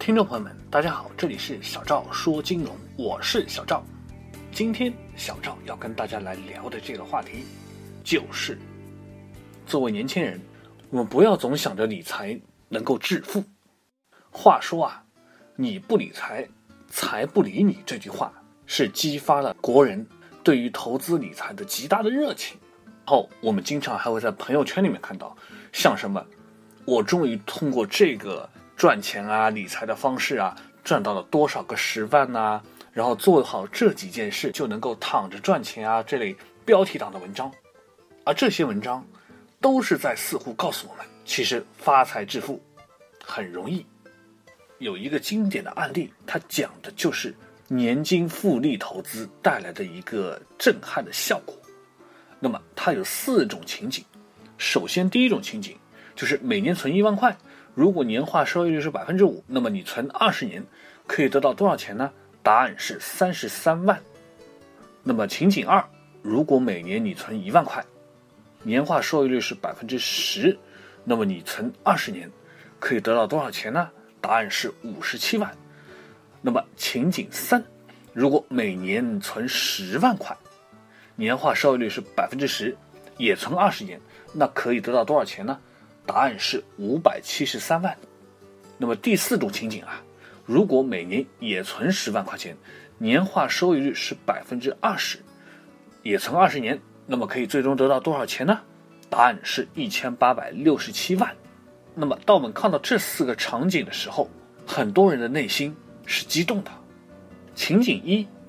听众朋友们，大家好，这里是小赵说金融，我是小赵。今天小赵要跟大家来聊的这个话题，就是作为年轻人，我们不要总想着理财能够致富。话说啊，你不理财，财不理你，这句话是激发了国人对于投资理财的极大的热情。然后我们经常还会在朋友圈里面看到，像什么我终于通过这个赚钱啊理财的方式啊赚到了多少个10万啊，然后做好这几件事就能够躺着赚钱啊，这类标题党的文章。而这些文章都是在似乎告诉我们，其实发财致富很容易。有一个经典的案例，它讲的就是年金复利投资带来的一个震撼的效果。那么它有4种情景。首先第一种情景就是每年存1万块，如果年化收益率是 5%， 那么你存20年可以得到多少钱呢？答案是33万。那么情景2，如果每年你存1万块，年化收益率是 10%， 那么你存20年可以得到多少钱呢？答案是57万。那么情景3，如果每年存10万块，年化收益率是 10%， 也存20年，那可以得到多少钱呢？答案是573万。那么第4种情景啊，如果每年也存10万块钱，年化收益率是 20%， 也存20年，那么可以最终得到多少钱呢？答案是1867万。那么当我们看到这4个场景的时候，很多人的内心是激动的。情景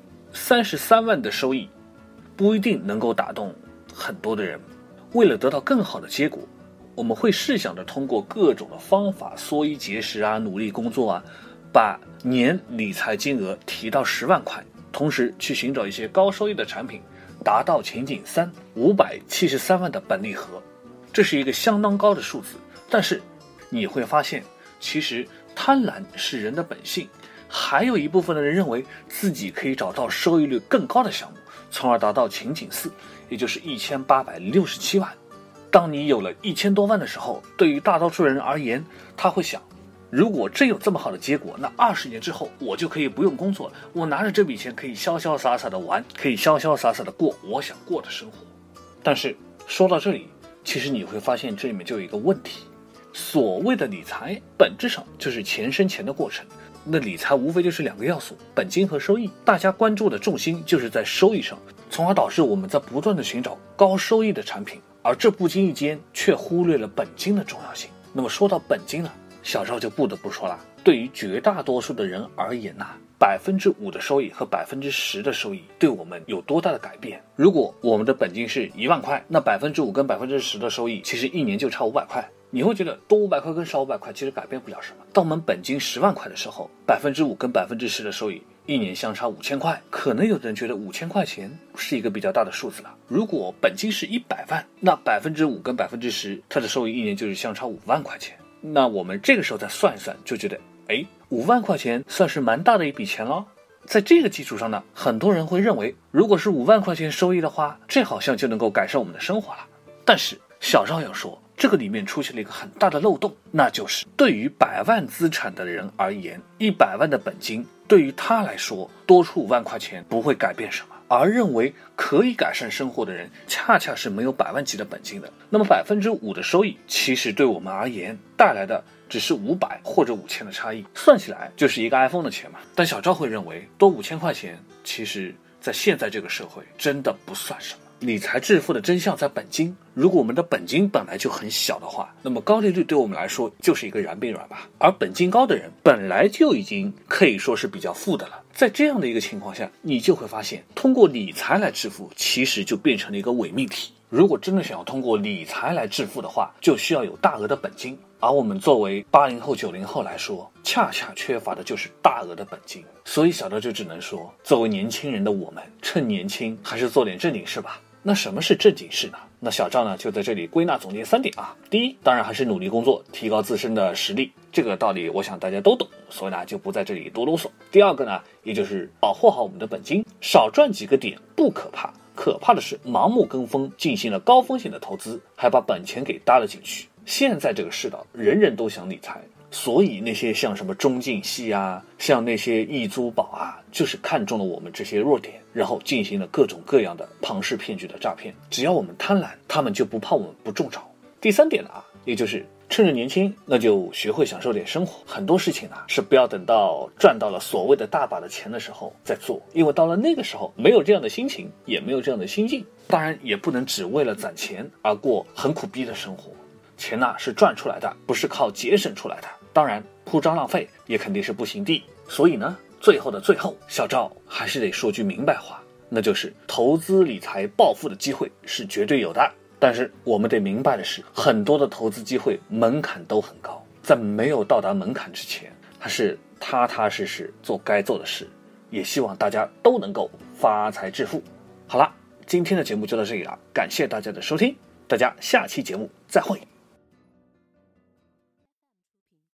1，33万的收益不一定能够打动很多的人。为了得到更好的结果，我们会试想着通过各种的方法缩衣节食啊，努力工作啊，把年理财金额提到10万块，同时去寻找一些高收益的产品，达到情景3 573万的本利和。这是一个相当高的数字，但是你会发现其实贪婪是人的本性，还有一部分的人认为自己可以找到收益率更高的项目，从而达到情景4，也就是1867万。当你有了1000多万的时候，对于大多数人而言，他会想，如果真有这么好的结果，那20年之后我就可以不用工作了，我拿着这笔钱可以潇潇洒洒的玩，可以潇潇洒洒的过我想过的生活。但是说到这里，其实你会发现这里面就有一个问题，所谓的理财本质上就是钱生钱的过程。那理财无非就是2个要素，本金和收益，大家关注的重心就是在收益上，从而导致我们在不断的寻找高收益的产品，而这不经意间却忽略了本金的重要性。那么说到本金了，小赵就不得不说了，对于绝大多数的人而言呐，5%的收益和10%的收益对我们有多大的改变？如果我们的本金是1万块，那5%跟10%的收益其实1年就差500块。你会觉得多500块跟少500块其实改变不了什么。当我们本金10万块的时候，5%跟10%的收益1年相差5000块，可能有的人觉得5000块钱是一个比较大的数字了。如果本金是100万，那5%跟10%它的收益1年就是相差5万块钱。那我们这个时候再算一算，就觉得5万块钱算是蛮大的一笔钱了。在这个基础上呢，很多人会认为，如果是5万块钱收益的话，这好像就能够改善我们的生活了。但是小赵要说，这个里面出现了一个很大的漏洞，那就是对于100万资产的人而言，100万的本金对于他来说多出5万块钱不会改变什么，而认为可以改善生活的人恰恰是没有100万级的本金的。那么5%的收益其实对我们而言带来的只是500或者5000的差异，算起来就是一个 iPhone 的钱嘛。但小赵会认为多5000块钱其实在现在这个社会真的不算什么。理财致富的真相在本金，如果我们的本金本来就很小的话，那么高利率对我们来说就是一个燃并卵吧。而本金高的人本来就已经可以说是比较富的了，在这样的一个情况下，你就会发现通过理财来致富其实就变成了一个伪命题。如果真的想要通过理财来致富的话，就需要有大额的本金，而我们作为80后90后来说，恰恰缺乏的就是大额的本金。所以小赵就只能说，作为年轻人的我们，趁年轻还是做点正经事吧。那什么是正经事呢？那小赵呢就在这里归纳总结3点啊。第一，当然还是努力工作，提高自身的实力，这个道理我想大家都懂，所以呢就不在这里多啰嗦。第二个呢，也就是保护好我们的本金，少赚几个点不可怕，可怕的是盲目跟风，进行了高风险的投资，还把本钱给搭了进去。现在这个世道，人人都想理财， 所以那些像什么中进系啊，像那些易租宝啊，就是看中了我们这些弱点，然后进行了各种各样的庞氏骗局的诈骗。只要我们贪婪，他们就不怕我们不中招。第三点啊，也就是趁着年轻，那就学会享受点生活。很多事情啊，是不要等到赚到了所谓的大把的钱的时候再做，因为到了那个时候，没有这样的心情，也没有这样的心境。当然，也不能只为了攒钱而过很苦逼的生活。钱呢，是赚出来的，不是靠节省出来的。当然，铺张浪费也肯定是不行的。所以呢，最后的最后，小赵还是得说句明白话，那就是投资理财暴富的机会是绝对有的。但是我们得明白的是，很多的投资机会门槛都很高，在没有到达门槛之前，还是踏踏实实做该做的事。也希望大家都能够发财致富。好了，今天的节目就到这里了，感谢大家的收听，大家下期节目再会。